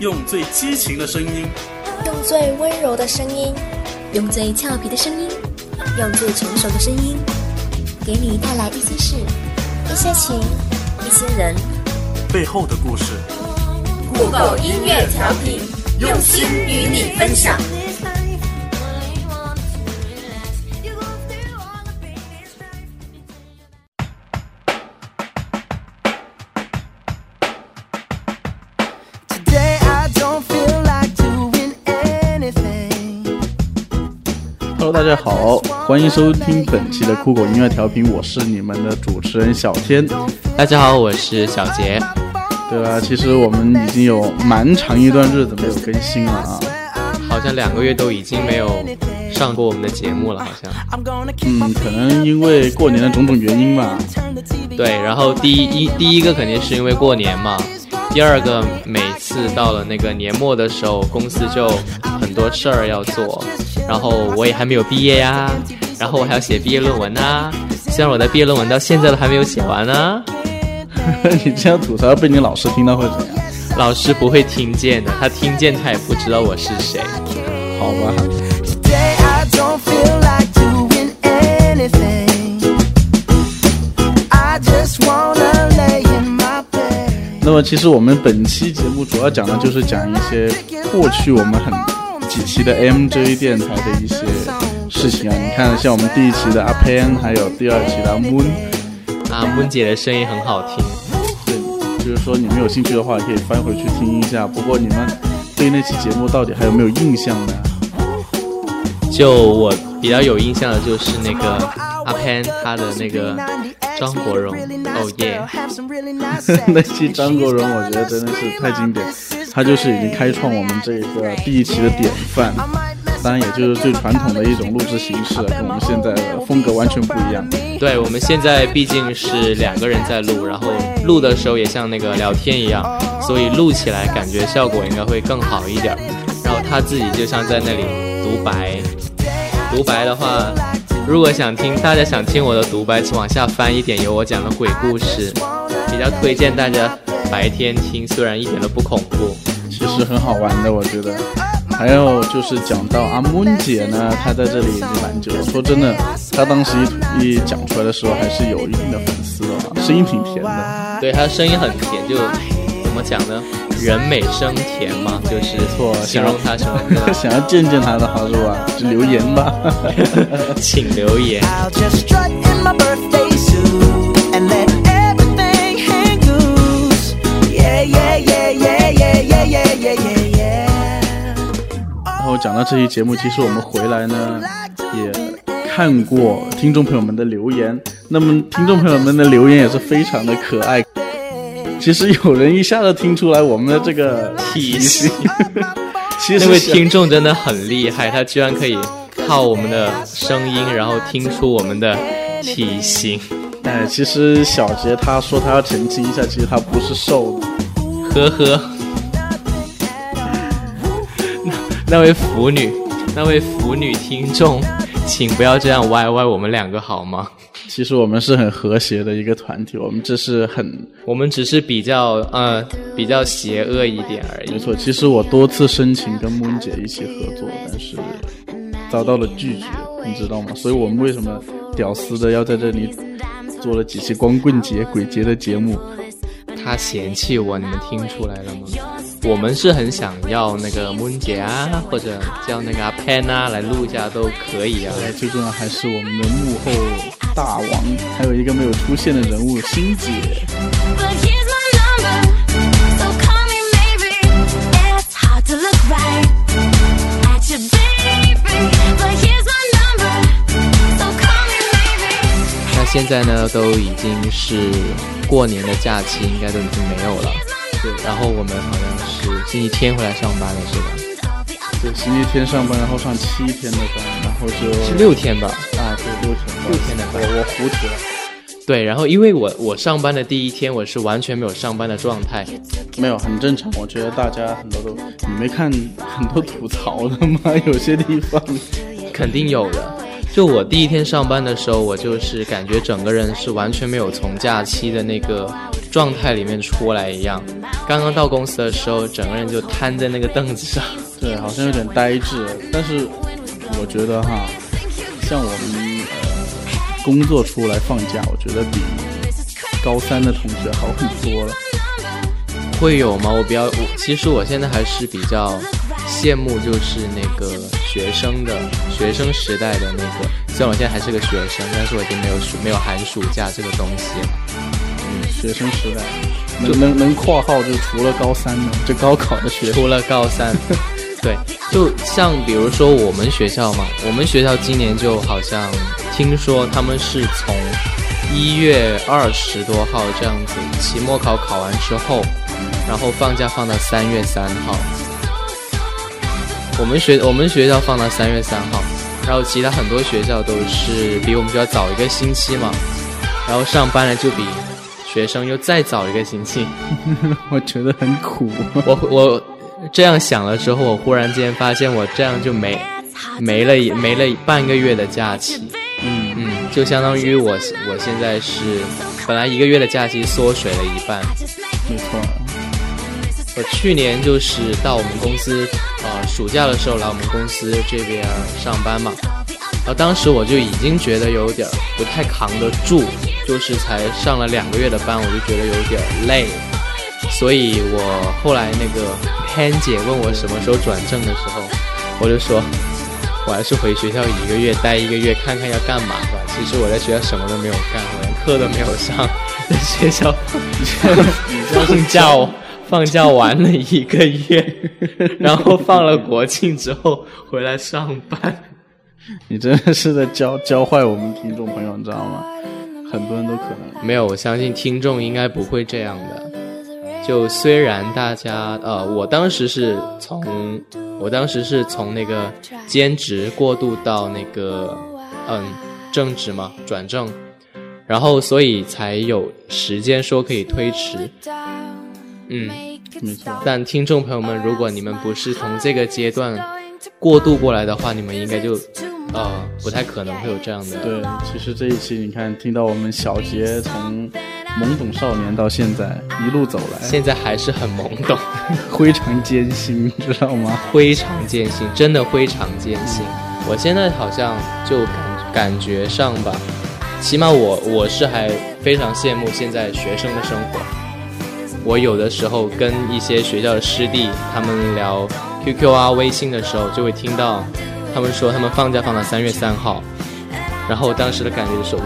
用最激情的声音， 用最温柔的声音， 用最俏皮的声音， 用最成熟的声音， 给你带来一些事、 一些情、 一些人背后的故事。 酷狗音乐调频，用心与你分享。 Hello， 大家好，欢迎收听本期的酷狗音乐调频，我是你们的主持人小天。 大家好，我是小杰。 对吧？其实我们已经有蛮长一段日子没有更新了啊， 好像2个月都已经没有上过我们的节目了，好像。 可能因为过年的种种原因吧。 对，然后第一个肯定是因为过年嘛，第二个每次到了那个年末的时候，公司就很多事儿要做，然后我也还没有毕业呀，然后我还要写毕业论文啊，虽然我的毕业论文到现在都还没有写完呢。 你这样吐槽被你老师听到会怎样？ 老师不会听见的，他听见他也不知道我是谁。 好吧。那么其实我们本期节目主要讲的就是讲一些过去我们几期的 MJ 电台的一些事情啊。你看像我们第一期的阿 Pen， 还有第2期的阿 Moon。 阿 Moon 姐的声音很好听。 对，就是说你们有兴趣的话可以翻回去听一下。不过你们对那期节目到底还有没有印象呢？ 就我比较有印象的就是那个阿 Pen 他的那个张国荣，哦耶！ 那期张国荣我觉得真的是太经典，他就是已经开创我们这个第一期的典范。当然也就是最传统的一种录制形式了，跟我们现在的风格完全不一样。 对，我们现在毕竟是2个人在录，然后录的时候也像那个聊天一样，所以录起来感觉效果应该会更好一点。然后他自己就像在那里独白的话，如果大家想听我的独白，请往下翻一点，有我讲的鬼故事，比较推荐大家白天听，虽然一点都不恐怖， 其实很好玩的我觉得。还有就是讲到阿 Moon 姐呢，她在这里已经蛮久了。说真的，她当时一讲出来的时候，还是有一定的粉丝的嘛，声音挺甜的。 对，她声音很甜，就怎么讲呢？人美声甜嘛，就是形容她什么的。 想要见她的话是吧？就留言吧， 请留言。然后讲到这期节目，其实我们回来呢也看过听众朋友们的留言，那么听众朋友们的留言也是非常的可爱。其实有人一下子听出来我们的这个体型其实那位听众真的很厉害，他居然可以靠我们的声音然后听出我们的体型。 其实小杰他说他要澄清一下，其实他不是瘦的， 呵呵。那位腐女听众，请不要这样歪我们2个好吗？ 其实我们是很和谐的一个团体，我们只是比较邪恶一点而已。没错，其实我多次申请跟 Moon 姐一起合作，但是遭到了拒绝，你知道吗？所以我们为什么屌丝的要在这里做了几期光棍节、鬼节的节目？ 他嫌弃我，你们听出来了吗？我们是很想要那个 Moon 姐啊，或者叫那个阿 Pen 啊来录一下都可以啊。 最重要还是我们的幕后大王，还有一个没有出现的人物星姐。 那现在呢，都已经是过年的假期，应该都已经没有了。对，然后我们好像是星期天回来上班了，是吧？ 对，星期天上班，然后上7天的班，然后就是 6天吧？ 啊，对，6天的班，我糊涂了。 对，然后因为我上班的第一天，我是完全没有上班的状态。 没有，很正常。我觉得大家很多都，你没看很多吐槽的吗？有些地方肯定有的。 就我第一天上班的时候，我就是感觉整个人是完全没有从假期的那个状态里面出来一样。刚刚到公司的时候，整个人就瘫在那个凳子上， 对，好像有点呆滞。但是我觉得哈，像我们工作出来放假，我觉得比高三的同学好很多了。 会有吗？其实我现在还是比较羡慕，就是那个学生时代的那个。虽然我现在还是个学生，但是我已经没有寒暑假这个东西了。 学生时代能括号就除了高三呢，就高考的学生。 除了高三，对，就像比如说我们学校嘛，我们学校今年就好像听说他们是从1月20多号这样子，期末考完之后，然后放假放到3月3号。我们学校放到3月3号，然后其他很多学校都是比我们学校早1个星期嘛，然后上班了就比学生又再早1个星期。 我觉得很苦。 我这样想了之后，我忽然间发现我这样就没了半个月的假期。就相当于我现在是本来1个月的假期缩水了一半。 没错。 我去年就是到我们公司暑假的时候来我们公司这边上班嘛，然后当时我就已经觉得有点不太扛得住，就是才上了2个月的班，我就觉得有点累。所以我后来那个潘姐问我什么时候转正的时候，我就说我还是回学校1个月待1个月看看要干嘛吧。其实我在学校什么都没有干，我连课都没有上，在学校放假玩了1个月，然后放了国庆之后回来上班。 你真的是在教坏我们听众朋友，你知道吗？很多人都可能没有，我相信听众应该不会这样的。就虽然大家我当时是从那个兼职过渡到那个正职嘛，转正，然后所以才有时间说可以推迟。 没错。 但听众朋友们，如果你们不是从这个阶段过渡过来的话，你们应该就不太可能会有这样的。 对，其实这一期你看听到我们小杰从懵懂少年到现在一路走来， 现在还是很懵懂， 非常艰辛，知道吗？ 非常艰辛，真的非常艰辛。我现在好像就感觉上吧，起码我是还非常羡慕现在学生的生活。我有的时候跟一些学校的师弟他们聊 QQ 啊微信的时候，就会听到他们说他们放假放到3月3号，然后当时的感觉就是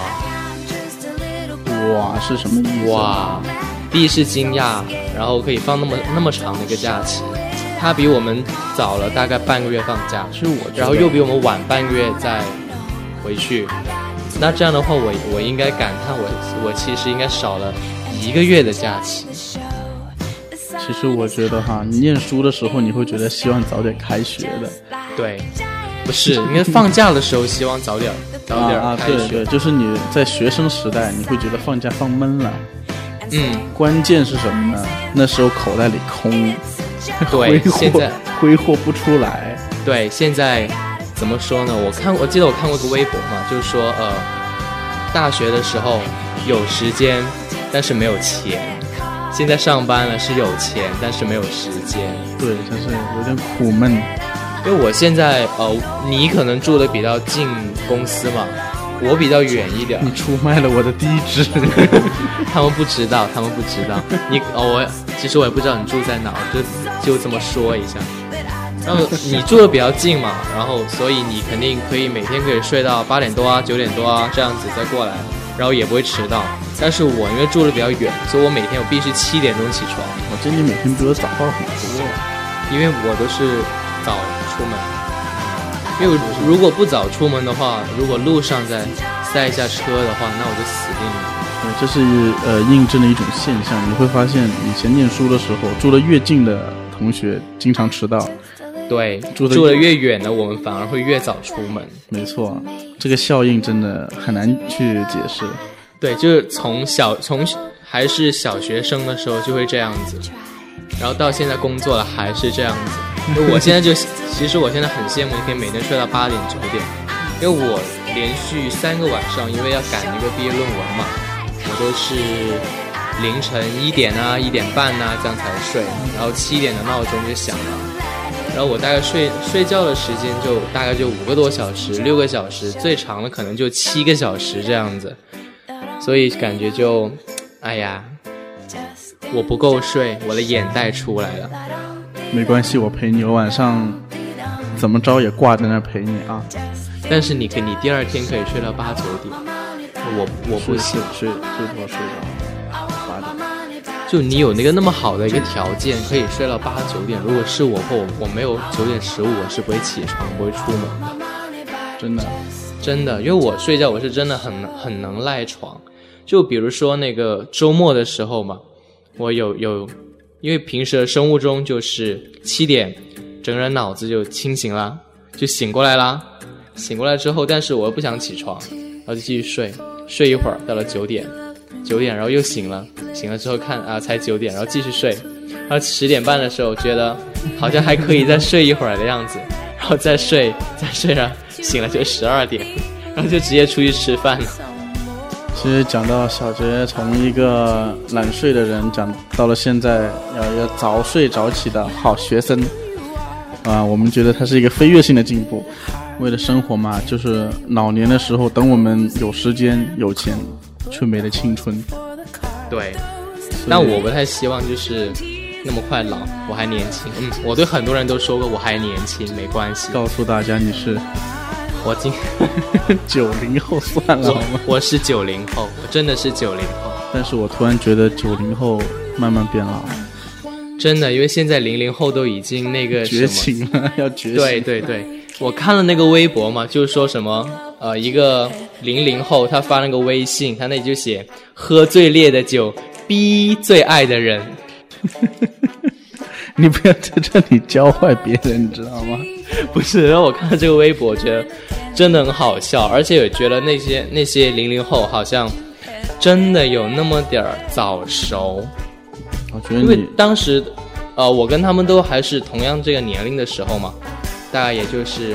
哇是什么意思？ 哇，第一是惊讶，然后可以放那么长的一个假期，他比我们早了大概半个月放假，然后又比我们晚半个月再回去。那这样的话我应该感叹我其实应该少了1个月的假期。 其实我觉得哈，你念书的时候你会觉得希望早点开学的。 对，不是应该放假的时候希望早点开学。 对，就是你在学生时代你会觉得放假放闷了。关键是什么呢？那时候口袋里空， 对，现在挥霍不出来。 对，现在怎么说呢？我记得我看过一个微博嘛，就是说大学的时候有时间但是没有钱，现在上班了是有钱但是没有时间。 对，就是有点苦闷。 因为我现在你可能住的比较近公司嘛，我比较远一点。 你出卖了我的地址。 他们不知道你其实我也不知道你住在哪儿，就这么说一下。然后你住的比较近嘛，然后所以你肯定可以每天可以睡到8点多啊9点多啊这样子再过来，然后也不会迟到。但是我因为住的比较远，所以我每天我必须7点钟起床。 我觉得你每天比我早到很多， 因为我都是早出门。因为如果不早出门的话，如果路上再塞一下车的话，那我就死定了。 这是印证了一种现象，你会发现以前念书的时候住得越近的同学经常迟到。 对，住得越远的我们反而会越早出门。 没错，这个效应真的很难去解释。 对，就是从还是小学生的时候就会这样子，然后到现在工作了还是这样子。我现在其实我现在很羡慕可以每天睡到8点9点， 因为我连续3个晚上，因为要赶那个毕业论文嘛，我都是凌晨1点啊、1点半啊这样才睡，然后7点的闹钟就响了，然后我大概睡觉的时间就大概就5个多小时、6个小时，最长的可能就7个小时这样子，所以感觉就，哎呀，我不够睡，我的眼袋出来了。 没关系，我陪你，我晚上怎么着也挂在那陪你啊。 但是你第2天可以睡到8、9点，我不行， 睡多睡到8点。 就你有那么好的一个条件，可以睡到8、9点。如果是我没有9点15，我是不会起床，不会出门的。真的，因为我睡觉我是真的很能赖床。就比如说那个周末的时候嘛，我有，因为平时的生物钟就是7点，整个人脑子就清醒了，就醒过来啦。醒过来之后，但是我又不想起床，然后就继续睡一会儿，到了9点，然后又醒了之后看啊才9点，然后继续睡，然后10点半的时候觉得好像还可以再睡一会儿的样子，然后再睡了，醒了就12点，然后就直接出去吃饭了。 其实讲到小杰从一个懒睡的人讲到了现在要一个早睡早起的好学生啊，我们觉得他是一个飞跃性的进步。为了生活嘛，就是老年的时候，等我们有时间有钱，却没了青春。 对，但我不太希望就是那么快老，我还年轻。我对很多人都说过我还年轻，没关系。 告诉大家你是我 90后算了好吗？ 我是90后，我真的是90后。 但是我突然觉得90后慢慢变老。 真的，因为现在00后都已经那个觉醒了，要觉醒。 对，我看了那个微博嘛，就是说什么一个00后他发那个微信，他那里就写喝最烈的酒，逼最爱的人。 你不要在这里教坏别人，你知道吗？ 不是，然后我看到这个微博，觉得真的很好笑，而且也觉得那些00后好像真的有那么点早熟。 我觉得因为当时我跟他们都还是同样这个年龄的时候嘛，大概也就是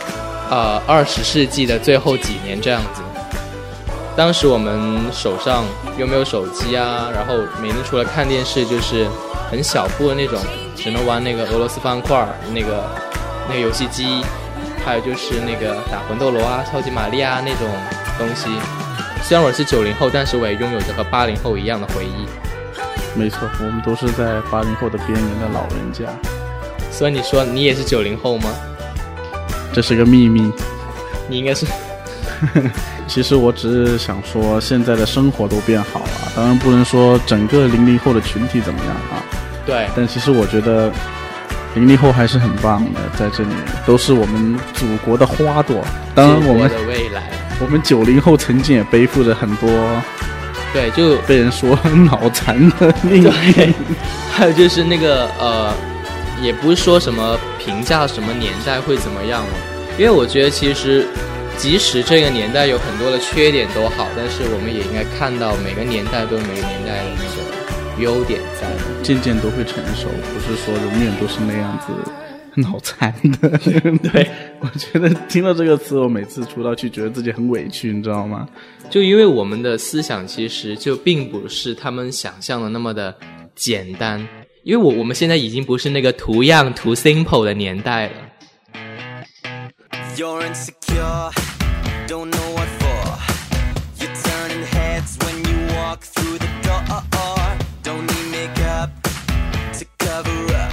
20世纪的最后几年这样子。当时我们手上又没有手机啊，然后每天除了看电视就是很小部的那种，只能玩那个俄罗斯方块那个游戏机，还有就是那个打魂斗罗啊、超级玛丽啊那种东西。虽然我是90后，但是我也拥有着和80后一样的回忆。 没错，我们都是在80后的边缘的老人家。 所以你说你也是90后吗？ 这是个秘密。 你应该是其实我只是想说现在的生活都变好了，当然不能说整个00后的群体怎么样啊。 对， 但其实我觉得00后还是很棒的，在这里都是我们祖国的花朵。当然我们祖国的未来， 我们90后曾经也背负着很多对，就被人说脑残的命运。 还有就是那个也不是说什么评价什么年代会怎么样了，因为我觉得其实即使这个年代有很多的缺点都好，但是我们也应该看到每个年代都有每个年代的那个优点在， 渐渐都会成熟，不是说永远都是那样子脑残的。 对， 我觉得听到这个词，我每次出道去觉得自己很委屈，你知道吗？ 就因为我们的思想其实就并不是他们想象的那么的简单，因为我们现在已经不是那个图样 too simple 的年代了。You're insecure, don't know what for. You're turning heads when you walk through the door. Don't need makeup to cover up.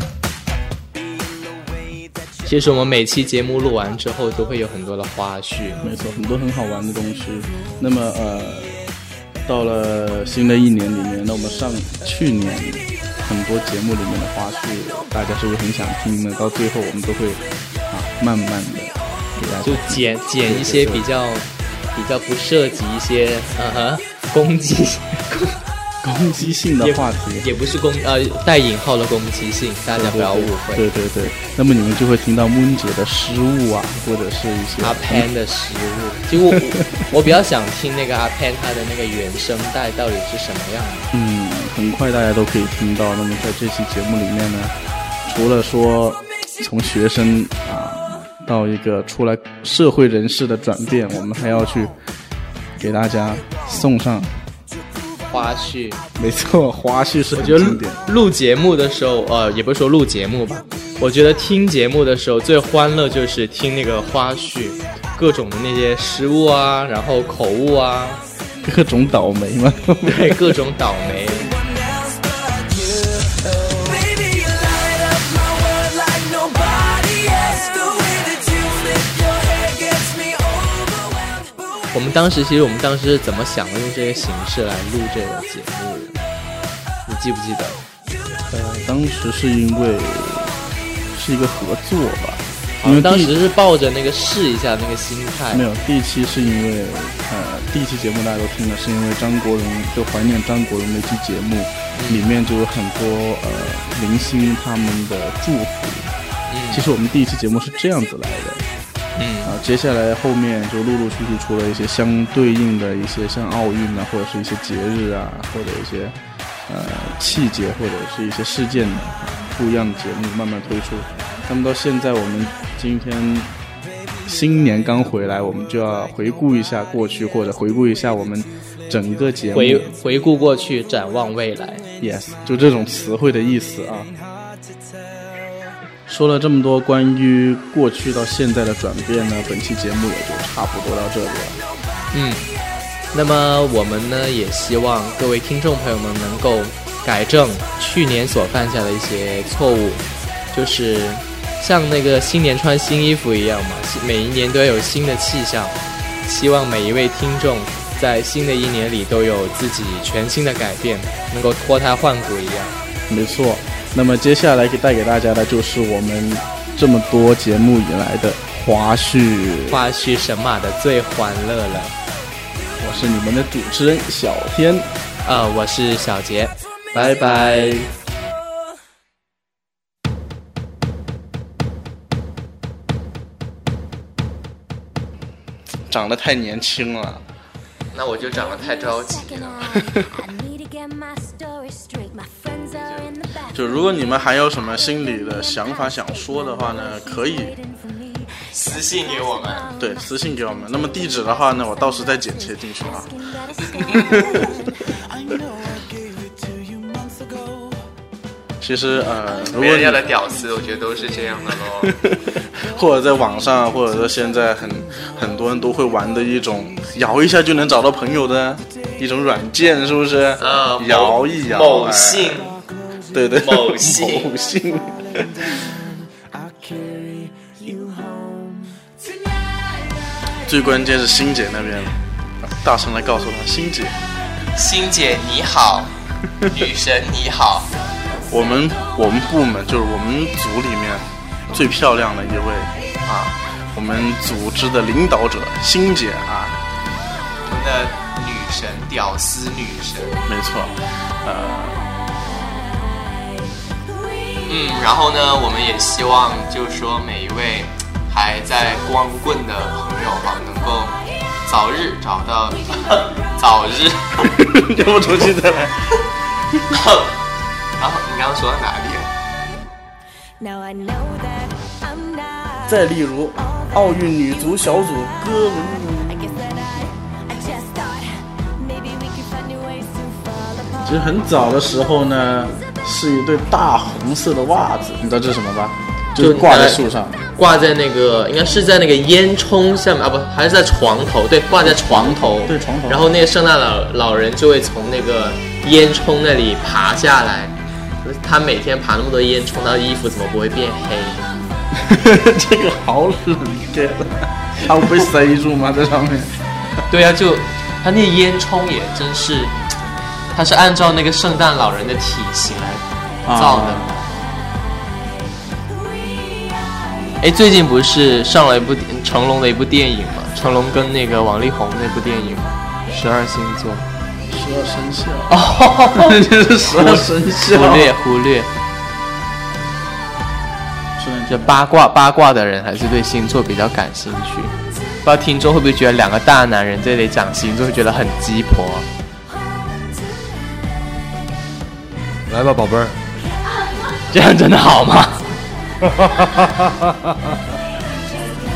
其实我们每期节目录完之后都会有很多的花絮， 没错，很多很好玩的东西。那么到了新的一年里面，那我们去年很多节目里面的花絮，大家是不是很想听呢？到最后我们都会慢慢的给大家就剪一些比较不涉及一些攻击性的话题，也不是带引号的攻击性，大家不要误会。 对，那么你们就会听到 Moon 姐的失误啊，或者是一些阿 Pan 的失误。其实我比较想听那个阿 Pan 他的那个原声带到底是什么样的。 很快大家都可以听到。那么在这期节目里面呢，除了说从学生到一个出来社会人士的转变，我们还要去给大家送上花絮。 没错，花絮是很经典。 录节目的时候，也不是说录节目吧，我觉得听节目的时候最欢乐就是听那个花絮，各种的那些失误啊，然后口误啊， 各种倒霉嘛。 对，各种倒霉。我们当时是怎么想的，用这个形式来录这个节目的？你记不记得？ 当时是因为是一个合作吧， 因为当时是抱着那个试一下那个心态。 没有，第一期是因为第一期节目大家都听了，是因为张国荣，就怀念张国荣的一期节目，里面就有很多明星他们的祝福。其实我们第一期节目是这样子来的。接下来后面就陆陆续续出了一些相对应的一些像奥运啊，或者是一些节日啊，或者一些气节或者是一些事件的不一样的节目慢慢推出。那么到现在我们今天新年刚回来，我们就要回顾一下过去，或者回顾一下我们整个节目， 回顾过去，展望未来。 Yes， 就这种词汇的意思啊。说了这么多关于过去到现在的转变呢，本期节目也就差不多到这里了。 那么我们呢也希望各位听众朋友们能够改正去年所犯下的一些错误，就是像那个新年穿新衣服一样嘛，每一年都要有新的气象。希望每一位听众在新的一年里都有自己全新的改变，能够脱胎换骨一样。 没错。那么接下来带给大家的就是我们这么多节目以来的花絮神马的最欢乐了。 我是你们的主持人小天， 我是小杰， 拜拜。长得太年轻了， 那我就长得太着急了。 就如果你们还有什么心里的想法想说的话呢，可以私信给我们。 对，私信给我们。那么地址的话呢，我到时再剪切进去啊。其实如果别人家的屌丝，我觉得都是这样的咯。 或者在网上，或者说现在很多人都会玩的一种摇一下就能找到朋友的一种软件，是不是？摇一摇。 某信。 对对， 某信。最关键是欣姐那边，大声来告诉她，欣姐你好，女神你好。 我们部门就是我们组里面最漂亮的一位我们组织的领导者欣姐啊， 我们的女神，屌丝女神， 没错。 然后呢，我们也希望就是说每一位还在光棍的朋友能够早日找到早日要不重新再来。 然后你刚刚说到哪里？ 再例如奥运女足小组哥们。其实很早的时候呢，是一对大红色的袜子，你知道这是什么吧？就是挂在树上， 挂在那个应该是在那个烟囱下面不，还是在床头？对，挂在床头。 对，床头。 然后那个圣诞老人就会从那个烟囱那里爬下来。他每天爬那么多烟囱，他的衣服怎么不会变黑？ 这个好冷的，他会被塞住吗？在上面？ 对啊，就他那烟囱也真是，他是按照那个圣诞老人的体型来造的。最近不是上了一部成龙的一部电影吗？成龙跟那个王力宏那部电影《12星座》。 12生肖这是12生肖， 忽略。这八卦的人还是对星座比较感兴趣。不知道听众会不会觉得两个大男人这里讲星座会觉得很鸡婆？ 来吧，宝贝儿， 这样真的好吗？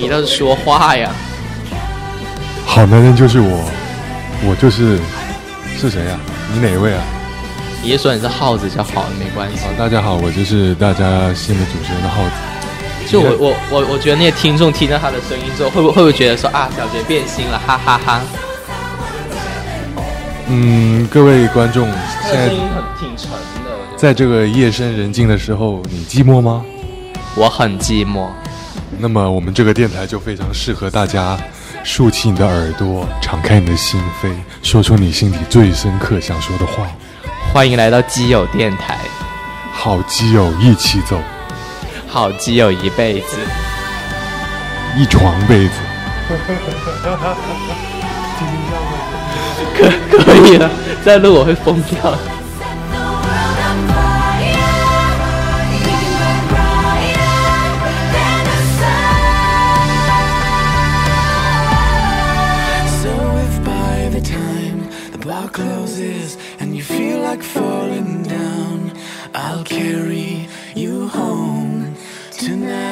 你倒是说话呀！ 好男人就是我就是谁呀？你哪一位啊？ 你也说你是耗子就好了，没关系。 大家好，我就是大家新的主持人的耗子。 就我觉得那些听众听到他的声音之后，会不会觉得说啊，小杰变心了，哈哈哈。 各位观众，现在声音挺沉的。 在这个夜深人静的时候，你寂寞吗？ 我很寂寞。 那么我们这个电台就非常适合大家竖起你的耳朵，敞开你的心扉，说出你心底最深刻想说的话。 欢迎来到基友电台， 好基友一起走， 好基友一辈子， 一床被子。 可以了，再录我会疯掉。 Closes and you feel like falling down, I'll carry you home tonight.